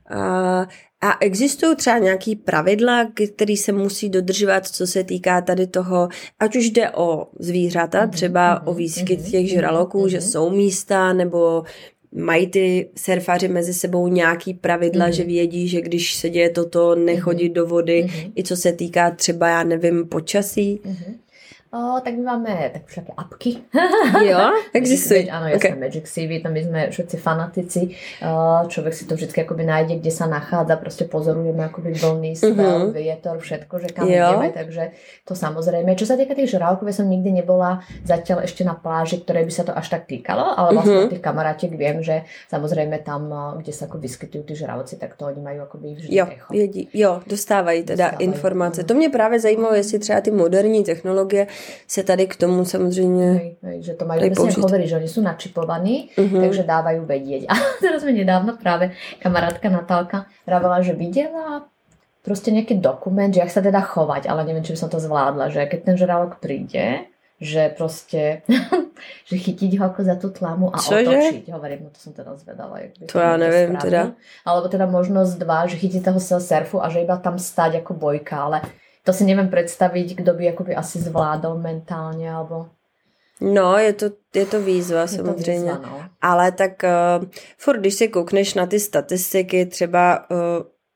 A existují třeba nějaký pravidla, které se musí dodržovat, co se týká tady toho, ať už jde o zvířata, třeba o výskyt těch žraloků, že jsou místa, nebo mají ty surfaři mezi sebou nějaký pravidla, že vědí, že když se děje toto, nechodit do vody, i co se týká třeba, já nevím, počasí. Tak my máme tak všaké apky. Jo, existují. Áno, jasné, Magic CV, tam my sme všetci fanatici. Človek si to vždycky akoby nájde, kde sa nachádza, proste pozorujeme akoby vlny, svel, vietor, všetko, že kam ideme, takže to samozrejme. Čo sa týka tých žralkov, ja som nikdy nebola zatiaľ ešte na pláži, ktorej by sa to až tak týkalo, ale vlastne tých kamarátiek viem, že samozrejme tam, kde sa ako vyskytujú tí žralci, tak to oni majú akoby vždy echo. Jo, dostávají teda informace. To mě právě zajímalo, jestli třeba ty moderní technologie se tady k tomu samozřejmě že to majú, presne hovorí, že oni sú načipovaní, takže dávajú vedieť. A teraz mi nedávno práve kamarátka Natálka vravela, že videla proste nejaký dokument, že jak sa teda chovať, ale neviem, či by som to zvládla, že keď ten žralok príde, že proste že chytiť ho ako za tú tlamu a otočiť. Hovorím, no to som teda zvedala. To ja neviem teda. Alebo teda možnosť 2, že chytí toho surfu a že iba tam stáť ako bojka, ale to si neviem predstaviť, kdo by akoby asi zvládol mentálně, alebo... No, je to výzva samozřejmě. To výzva, no. Ale tak furt, když se koukneš na ty statistiky, třeba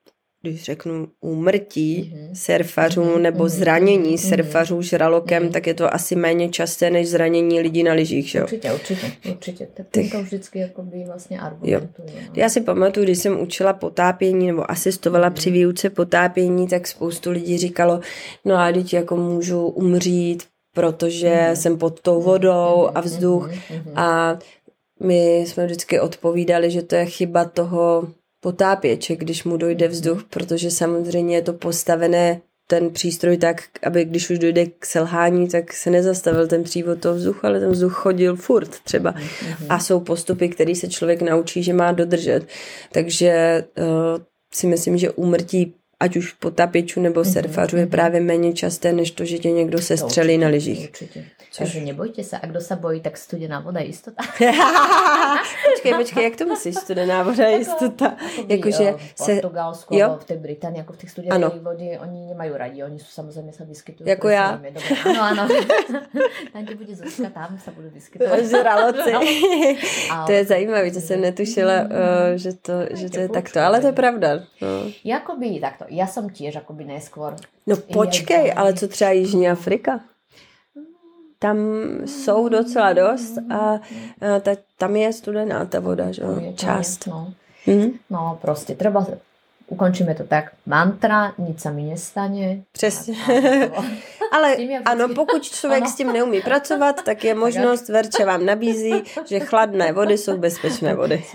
když řeknu úmrtí surfařů nebo zranění surfařů žralokem, tak je to asi méně časté než zranění lidí na lyžích, že jo? Určitě. Tak to vždycky jakoby vlastně argumentuje. No. Já si pamatuju, když jsem učila potápění nebo asistovala při výuce potápění, tak spoustu lidí říkalo, no a teď jako můžu umřít, protože jsem pod tou vodou a vzduch a my jsme vždycky odpovídali, že to je chyba toho potápěče, když mu dojde vzduch, protože samozřejmě je to postavené ten přístroj tak, aby když už dojde k selhání, tak se nezastavil ten přívod toho vzduchu, ale ten vzduch chodil furt třeba. A jsou postupy, které se člověk naučí, že má dodržet. Takže si myslím, že úmrtí ať už potápěčů nebo surfařů je právě méně časté, než to, že tě někdo sestřelí na lyžích. Určitě. Takže nebojte se, a kdo se bojí, tak studená voda je jistota. Počkej, jak to myslíš, studená voda je jistota? Jakože v Portugalsku, v té Británii, jako v těch studených vody, oni nemají radí, oni jsou samozřejmě se vyskytují. Jako já. Ano. Tam ti bude Zuzka, tam se budu vyskytovat. Žraloci. To je zajímavé, to jsem netušila, že to je takto, ale to je pravda. Jakoby takto, já jsem tiež akoby neskôr. No počkej, ale co třeba Jižní Afrika? Tam jsou docela dost a tam je studená ta voda, že jo? Část. No prostě, treba, ukončíme to tak, mantra, nic sa mi nestane. Přesně. Ale ano, pokud člověk s tím neumí pracovat, tak je možnost, Verče vám nabízí, že chladné vody jsou bezpečné vody.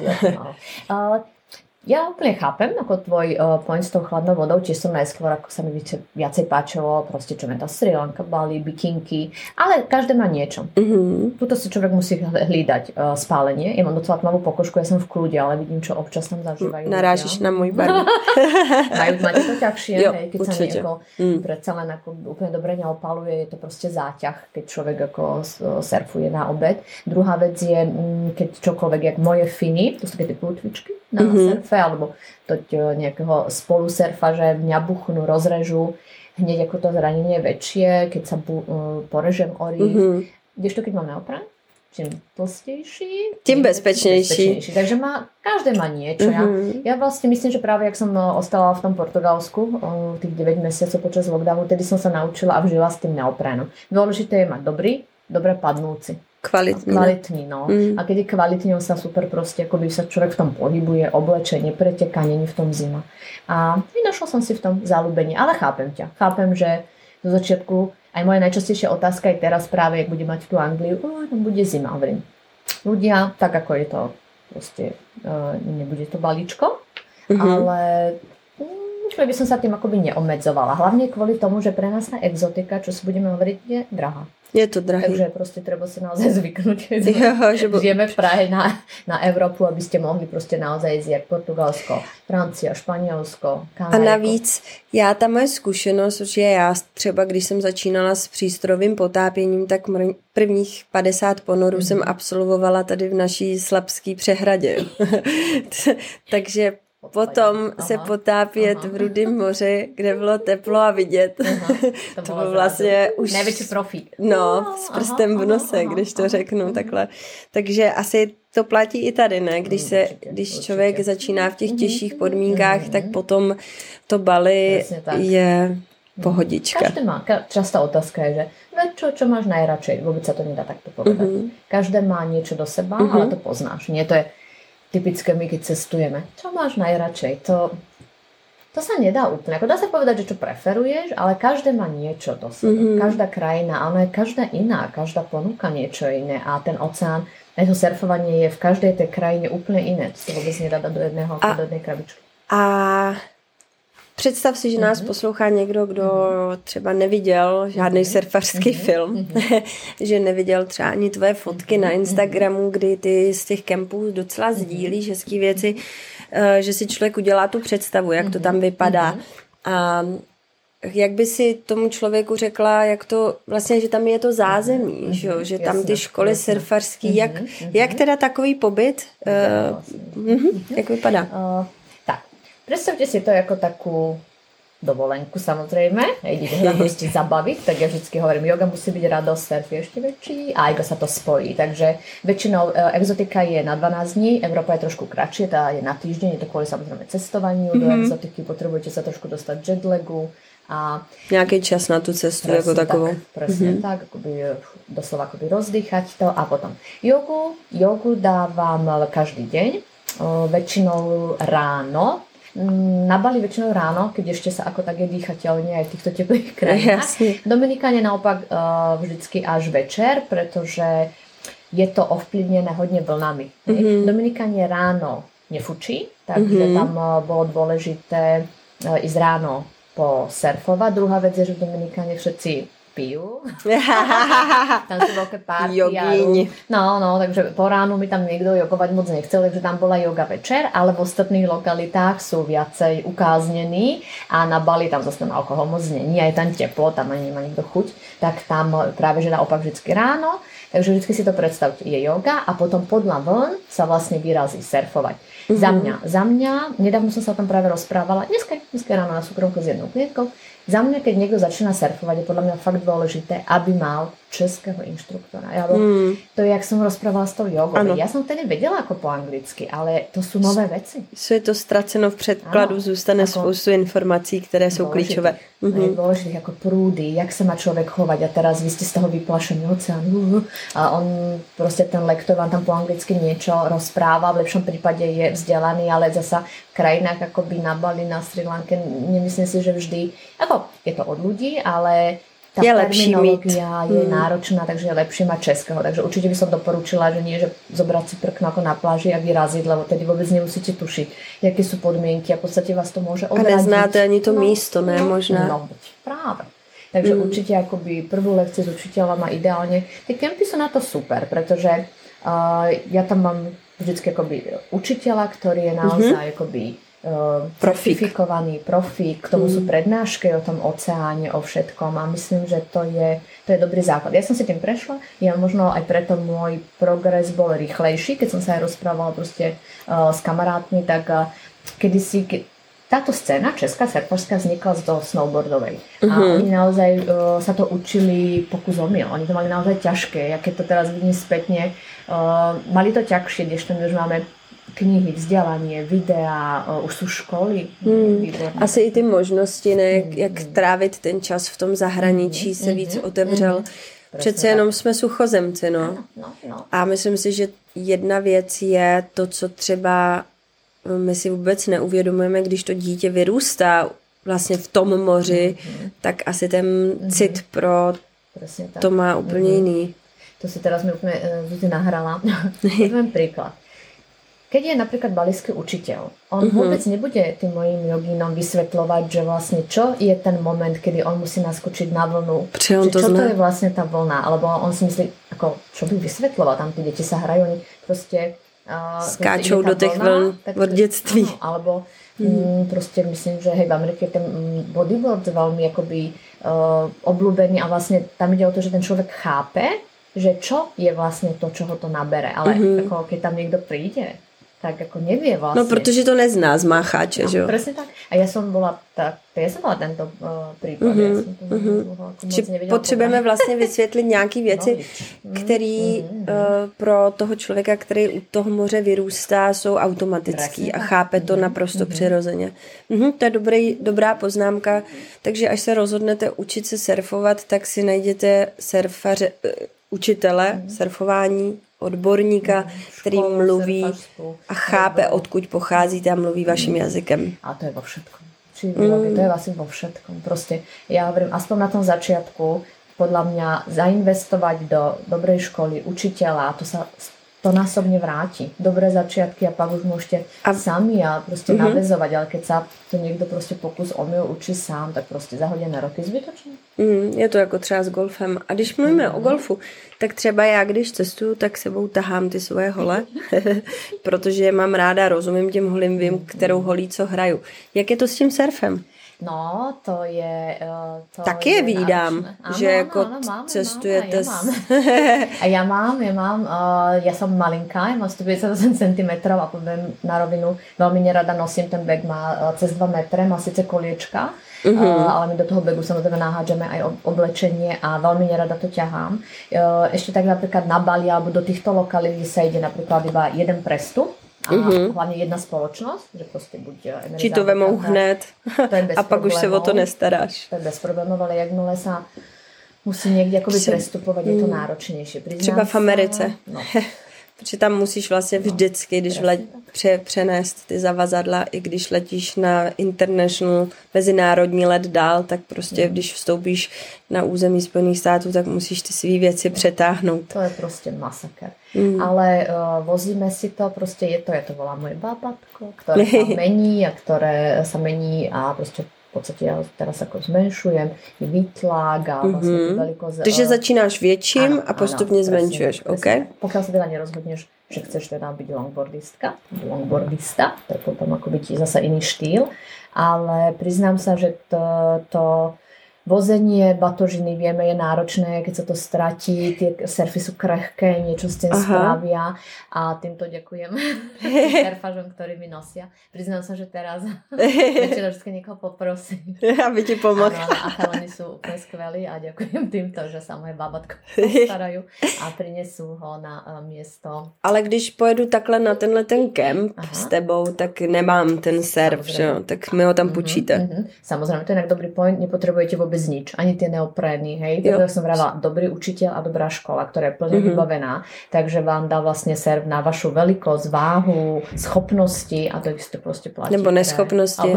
Ja úplne chápem, ako tvoj point s tou chladnou vodou, tiež som najskôr, ako sa mi viacej páčilo, proste čo to Sri Lanka, Bali, bikinky, ale každé má niečo. Tuto si človek musí hľadať spálenie. Ja mám docela tmavú pokožku, ja som v kľude, ale vidím, čo občas tam zažívajú. Narážiš na môj barv. Máte to ťažšie, keď sa nejako predsa len ako úplne dobre neopaluje, je to proste záťah, keď človek ako surfuje na obed. Druhá vec je, keď čokoľvek, jak moje finy, to sú také plutvičky na surfe, alebo toť nejakého spolusurfa, že mňa buchnú, rozrežu, hneď ako to zranenie je väčšie, keď sa porežem o rýf. Kdežto keď mám neopren, čím tlstejší, tým bezpečnejší. Takže každé má niečo. Ja vlastne myslím, že práve jak som ostala v tom Portugalsku tých 9 mesiacov počas lockdownu, tedy som sa naučila a vžila s tým neoprénom. Dôležité je mať dobre padnúci. Kvalitný, no. A keď je kvalitný, on sa super proste, akoby sa človek v tom pohybuje, oblečenie, preteká, není v tom zima. A našla som si v tom záľubenie, ale chápem ťa. Chápem, že do začiatku aj moja najčastejšia otázka je teraz práve, jak bude mať tú Angliu, tam bude zima, hovorím. Ľudia, tak ako je to proste, nebude to balíčko, ale už by som sa tým akoby neobmedzovala. Hlavne kvôli tomu, že pre nás tá exotika, čo si budeme hovoriť, je drahá. Je to drahé. Takže proste treba si naozaj zvyknúť. Žijeme v Prahe na Európu, aby ste mohli proste naozaj ísť Portugalsko, Francia, Španělsko, Kanada. A navíc ta moje zkušenost, že já třeba, když jsem začínala s přístrojovým potápěním, tak prvních 50 ponorů jsem absolvovala tady v naší Slapské přehradě. Takže potom se potápět v Rudém moři, kde bylo teplo a vidět. To bylo vlastně už... Největší profík. No, s prstem v nose, když to řeknu takhle. Takže asi to platí i tady, ne? Když člověk začíná v těch těžších podmínkách, tak potom to Bali je pohodička. Každý má, častá otázka je, že čo máš najradšej? Vôbec sa to nedá takto povedať. Každé má niečo do seba, ale to poznáš. Nie, to je typické my, keď cestujeme. Čo máš najradšej? To sa nedá úplne. Ako dá sa povedať, že čo preferuješ, ale každé má niečo do seba. Každá krajina, ale každá iná. Každá ponúka niečo iné. A ten oceán, aj to surfovanie je v každej tej krajine úplne iné. To sa vôbec nedá dať do jednej krabičky. A představ si, že nás poslouchá někdo, kdo třeba neviděl žádný surfařský film, že neviděl třeba ani tvoje fotky na Instagramu, kdy ty z těch kempů docela sdílíš hezký věci, že si člověk udělá tu představu, jak to tam vypadá. A jak by si tomu člověku řekla, jak to vlastně, že tam je to zázemí, že tam ty školy surfařský, jak teda takový pobyt, jak vypadá? Predstavte si to ako takú dovolenku samozrejme, idete sa proste zabaviť, tak ja vždycky hovorím, yoga musí byť radosť, surf je ešte väčší a aj sa to spojí. Takže väčšinou exotika je na 12 dní, Európa je trošku kratšie, tá je na týždeň, je to kvôli samozrejme cestovaniu, do exotiky potrebujete sa trošku dostať jetlagu a nejaký čas na tú cestu ako takovou. Presne tak, akoby, doslova akoby rozdýchať to a potom jogu dávam každý deň, väčšinou ráno. Na Bali väčšinou ráno, keď ešte sa ako tak je dýchateľne aj v týchto teplých krajinách. V Dominikáne naopak vždycky až večer, pretože je to ovplyvnené hodne vlnami. V Dominikáne ráno nefučí, takže tam bolo dôležité ísť ráno posurfovať. Druhá vec je, že v Dominikáne všetci pijú. Tam sú veľké párty. No, takže po ránu mi tam niekto jogovať moc nechcel, takže tam bola joga večer, ale v ostatných lokalitách sú viacej ukáznení a na Bali tam zase ten alkohol moc není, aj tam teplo, tam ani nemá nikto chuť, tak tam práve že naopak vždycky ráno, takže vždycky si to predstavte, je joga a potom podľa vln sa vlastne vyrazí surfovať. Za mňa, nedávno som sa o tom práve rozprávala, dneska ráno na súkromku s jednou klientkou. Za mňa, keď niekto začína surfovať, je podľa mňa fakt dôležité, aby mal českého inštruktora. To je, jak som rozprávala s tou jogou. Ja som vtedy vedela ako po anglicky, ale to sú nové veci. Je to ztraceno v předkladu, zůstane spoustu informací, které jsou klíčové. Je dôležité ako prúdy, jak sa má človek chovať a teraz vy ste z toho vyplašení oceán. A on proste ten lektor vám tam po anglicky niečo rozpráva, v lepšom prípade je vzdelaný, ale zasa v krajinách akoby na Bali, na Sri Lanke, nemyslím si, že vždy, ako je to od ľudí, ale tá terminológia je náročná, takže je lepšie mať českého. Takže určite by som doporučila, že nie, že zobrať si prkno ako na pláži a vyraziť, lebo tedy vôbec nemusíte tušiť, jaké sú podmienky a v podstate vás to môže odradiť. A neznáte ani to místo, ne? Možná. No, práve. Takže určite akoby prvú lekciu s učiteľom a ideálne. Tie kempy sú na to super, pretože ja tam mám vždycky akoby učiteľa, ktorý je naozaj akoby certifikovaný profík, k tomu sú prednášky o tom oceáne, o všetkom a myslím, že to je dobrý základ. Ja som si tým prešla, ja možno aj preto môj progres bol rýchlejší, keď som sa aj rozprávala proste s kamarátmi, tak kedysi táto scéna česká surferská vznikla z toho snowboardovej. A oni naozaj sa to učili pokus omyl. Oni to mali naozaj ťažké. Ja keď to teraz vidím spätne, mali to ťažšie, kdežto my už máme knihy, vzdělání, videa, už jsou školy. Asi i ty možnosti, ne, jak trávit ten čas v tom zahraničí se víc otevřel. Přece jenom jsme suchozemci, no. A myslím si, že jedna věc je to, co třeba my si vůbec neuvědomujeme, když to dítě vyrůstá vlastně v tom moři, tak asi ten cit pro to má úplně jiný. To si teraz mi úplně Zuzi nahrala. Poviem príklad. Keď je napríklad balijský učiteľ, on vôbec nebude tým mojim jogínom vysvetľovať, že vlastne čo je ten moment, kedy on musí naskočiť na vlnu. Čo to je vlastne tá vlna. Alebo on si myslí, ako, čo by vysvetľoval, tam tí deti sa hrajú, oni proste skáčou do těch vln od dětství. Alebo proste myslím, že hej, v Amerike je ten bodyboard veľmi akoby obľúbený a vlastne tam ide o to, že ten človek chápe, že čo je vlastne to, čo ho to nabere. Ale ako keď tam niekto príde, tak ako nevie vlastne. No, protože to nezná z mácháče, že jo? Presne tak. A ja som bola tento prípad. Potřebujeme vlastně vysvětlit nějaký věci, které pro toho člověka, který u toho moře vyrůstá, jsou automatický a chápe to naprosto přirozeně. To je dobrá poznámka. Takže až se rozhodnete učit se surfovat, tak si najděte učitele surfování, odborníka, který mluví a chápe, odkud pocházíte a mluví vaším jazykem. A to je vo všetkom. To je vlastne vo všetkom. Proste, ja hovorím, aspoň na tom začiatku, podľa mňa zainvestovať do dobrej školy, učiteľa, to násobne vráti. Dobré začiatky a pak už môžete sami a proste naväzovať, ale keď sa to niekto proste pokus omyl učí sám, tak proste zahodené roky zbytočne. Je to jako třeba s golfem. A když mluvíme o golfu, tak třeba já, když cestuju, tak sebou tahám ty svoje hole, protože mám ráda, rozumím těm holím, vím, kterou holí co hraju. Jak je to s tím surfem? No, to je... Taky je vídám, že jako cestujete... A ja mám, ja som malinká, ja mám 158 cm a poviem na rovinu, veľmi nerada nosím, ten bag má cez 2 metre, má síce koliečka, ale my do toho bagu samozrejme nahádžeme aj oblečenie a veľmi nerada to ťahám. Ešte tak napríklad na Bali alebo do týchto lokalít, kde sa ide napríklad iba jeden prestup, a hlavně jedna společnost, že prostě buď či to vemou hned a pak už se o to nestaráš. To je bez problémů, ale jakmile se musí někde jakoby prestupovat, je to náročnější. Třeba v Americe. No. Protože tam musíš vlastně vždycky, když přenést ty zavazadla, i když letíš na international mezinárodní let dál, tak prostě když vstoupíš na území Spojených států, tak musíš ty svý věci přetáhnout. To je prostě masakr. Ale vozíme si to, prostě je to volá moje bábatko, které sa mení a které sa mení a prostě v podstate ja teraz ako zmenšujem, je výtlak a vlastne tú veľkosť... Takže začínáš větším a postupně zmenšuješ, OK? Pokiaľ sa teda nerozhodneš, že chceš teda byť longboardista, to je potom ako byť zase iný štýl, ale priznám sa, že to vozenie batožiny, vieme, je náročné, keď sa to stratí, tie surfy sú krehké, niečo s tým spravia a týmto ďakujem surfažom, ktorí mi nosia. Priznám sa, že teraz väčšinou vždy niekoho poprosím. Aby ti pomohol. A chalani sú úplne skvelí a ďakujem týmto, že sa moje bábatko postarajú a prinesú ho na miesto. Ale když pojedu takhle na tenhle ten kemp s tebou, tak nemám ten surf, že? Tak mi ho tam počíte. Samozrejme, to je inak dobrý point, nepotrebujete vôbec nič, ani tie neoprény, hej. Tak som vravila, dobrý učiteľ a dobrá škola, ktorá je plne vybavená, takže vám dá vlastne serv na vašu veľkosť, váhu, schopnosti a to isté proste platí. Nebo neschopnosti.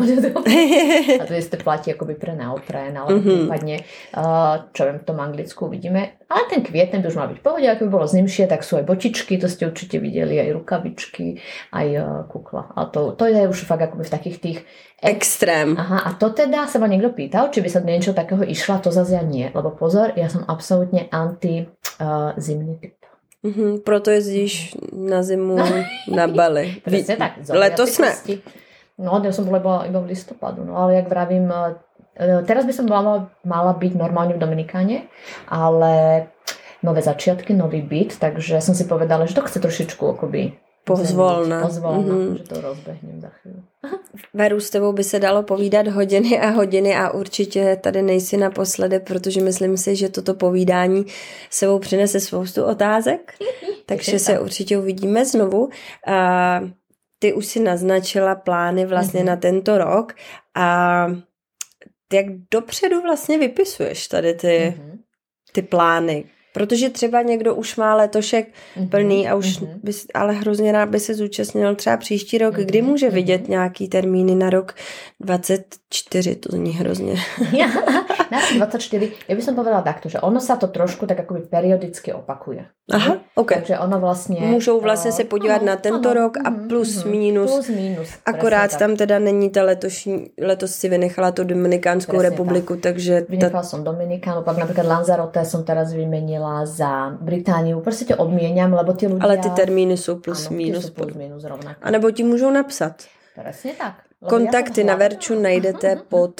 A to isté platí akoby pre neoprén, ale prípadne, čo viem, v tom Anglicku uvidíme. Ale ten kviet, ten by už mal byť v pohode, ak by bolo zimšie, tak sú aj botičky, to ste určite videli, aj rukavičky, aj kukla. A to je už fakt akoby v takých tých extrém. Aha, a to teda sa ma niekto pýtal, či by sa do niečo takého išla, to zase ja nie. Lebo pozor, ja som absolútne anti-zimný typ. Proto jezdíš na zimu na Bali. Presne tak. Letos ne. No, ja som bola iba v listopadu, no ale jak vravím, teraz by som mala byť normálne v Dominikáne, ale nové začiatky, nový byt, takže som si povedala, že to chce trošičku akoby pozvolna, že to rozbehnem za chvíľu. Veru, s tebou by se dalo povídat hodiny a hodiny a určitě tady nejsi naposledy, protože myslím si, že toto povídání sebou přinese spoustu otázek, takže se určitě uvidíme znovu. Ty už si naznačila plány vlastně na tento rok a jak dopředu vlastně vypisuješ tady ty plány? Protože třeba někdo už má letošek plný a už ale hrozně rád by se zúčastnil třeba příští rok, kdy může vidět nějaký termíny na rok 24, to zní hrozně. Na rok 24, ja by som povedala takto, že ono sa to trošku tak akoby periodicky opakuje. Aha, ok. Takže ono vlastně... Můžou vlastně se podívat na tento rok a plus minus. Plus minus. Akorát tam teda není ta letos si vynechala tu Dominikánskou republiku, takže... Vynechala som Dominikánu, pak napríklad Lanzarote som teraz vymenila za Britániu. Prostě tě odměňam, lebo ty ľudia... Ale ty termíny jsou plus minus. Plus minus rovnako. A nebo ti můžou napsat. Presne tak. Kontakty na Verču najdete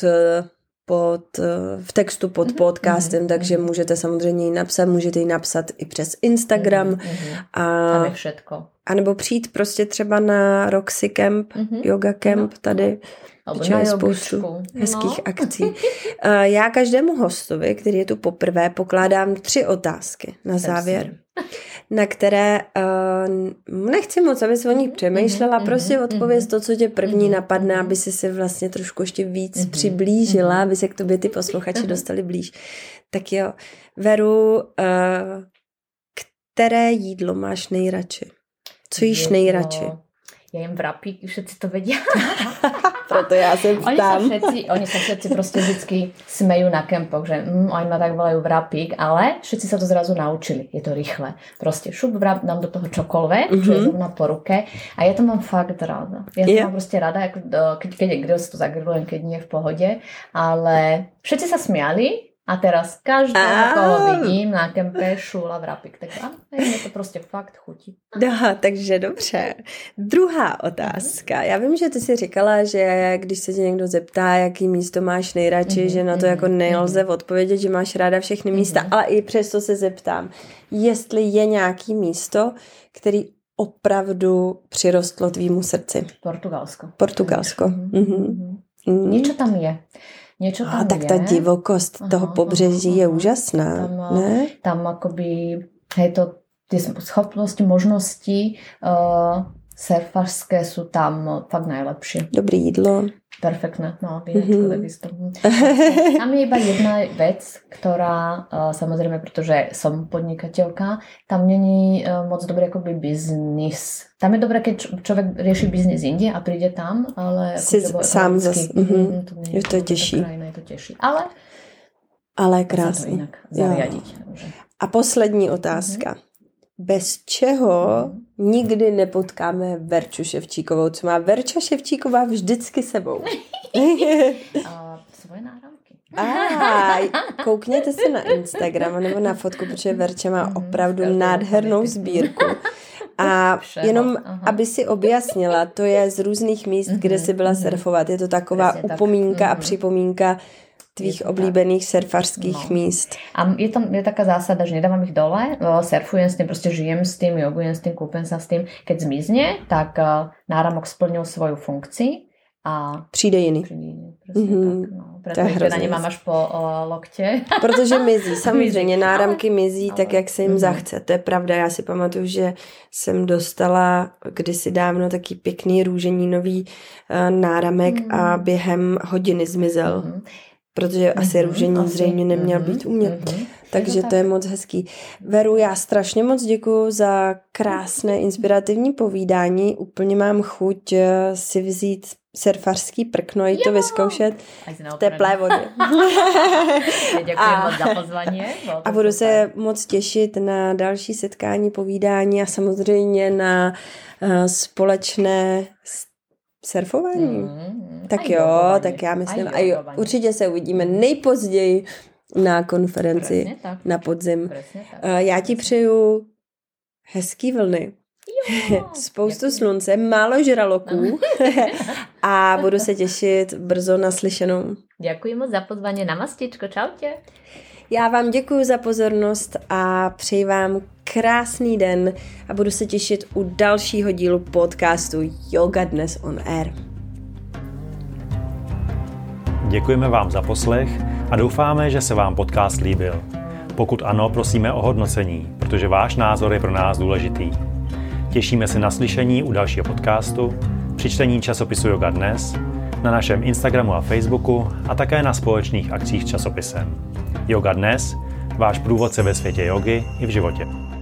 v textu pod podcastem, takže můžete samozřejmě ji napsat, můžete ji napsat i přes Instagram. Tam je všetko. A nebo přijít prostě třeba na Roxy Camp, Yoga Camp tady. Alebo na spoustu hezkých akcí. Já každému hostovi, který je tu poprvé, pokládám 3 otázky na závěr, na které nechci moc, aby se o nich přemýšlela, prostě odpověz to, co tě první napadne, aby si vlastně trošku ještě víc přiblížila, aby se k tobě ty posluchači dostali blíž. Tak jo, Veru, které jídlo máš nejradši? Co jíš nejradši? Ja jem vrapík, všetci to vedia. Proto ja sem tam. Oni sa všetci proste vždycky smejú na kempoch, že oni ma tak volajú vrapík, ale všetci sa to zrazu naučili. Je to rýchle. Proste šup vrap, dám do toho čokoľvek, čo je zrovna po ruke a ja to mám fakt rada. Ja to mám proste rada, keď je grill, to zagrillujem, keď nie je v pohode, ale všetci sa smiali, A teraz každého, koho vidím na kempe, šula vrapik. Tak mě to prostě fakt chutí. No, takže dobře. Druhá otázka. Já vím, že ty jsi říkala, že když se tě někdo zeptá, jaký místo máš nejradši, že na to jako nelze odpovědět, že máš ráda všechny místa, ale i přesto se zeptám, jestli je nějaký místo, který opravdu přirostlo tvýmu srdci. Portugalsko. Niečo tam je. Niečo tam tak ta divokost toho pobřeží je úžasná. Tam akoby tie schopnosti, možnosti surfařské sú tam fakt najlepšie. Dobré jídlo. Perfektné, no, vínečko takisto. Tam je iba jedna vec, ktorá, samozrejme, pretože som podnikateľka, tam není moc dobrý akoby biznis. Tam je dobré, keď človek rieši biznis inde a príde tam, ale si sám zase. To je těžší. Je to těžší. Ale krásně. To jinak zariadiť. A poslední otázka. Bez čeho nikdy nepotkáme Verču Ševčíkovou, co má Verča Ševčíková vždycky sebou. Svoje náramky. Koukněte se na Instagram nebo na fotku, protože Verča má opravdu nádhernou sbírku. A jenom, aby si objasnila, to je z různých míst, kde jsi byla surfovat. Je to taková upomínka a připomínka tvých oblíbených surfařských míst. A je taká zásada, že nedávam ich dole, surfujem s tým, proste žijem s tým, jogujem s tým, kúpem sa s tým. Keď zmizne, tak náramok splnil svoju funkci a přijde jiný. Pretože na ně mám až po lokte. Protože mizí, samozřejmě náramky mizí tak, jak se jim zachce. To je pravda, já si pamatuju, že jsem dostala kdysi dávno taky pěkný růženinový náramek a během hodiny zmizel. Protože asi růžení zřejmě neměl být u mě. Takže to je moc hezký. Veru, já strašně moc děkuju za krásné inspirativní povídání. Úplně mám chuť si vzít surfařský prkno i to vyzkoušet v teplé vodě. Děkuji moc za pozvání. A budu se moc těšit na další setkání, povídání a samozřejmě na společné surfování. Tak jo, tak já myslím. A jo, určitě se uvidíme nejpozději na konferenci na podzim. Já ti přeju hezký vlny. Spoustu slunce, málo žraloků a budu se těšit brzo na slyšenou. Děkuji moc za pozvání na mastičko, čaute. Já vám děkuji za pozornost a přeji vám krásný den a budu se těšit u dalšího dílu podcastu Yoga Dnes on Air. Děkujeme vám za poslech a doufáme, že se vám podcast líbil. Pokud ano, prosíme o hodnocení, protože váš názor je pro nás důležitý. Těšíme se na slyšení u dalšího podcastu, při čtení časopisu Yoga Dnes, na našem Instagramu a Facebooku a také na společných akcích s časopisem. Yoga Dnes, váš průvodce ve světě jogy i v životě.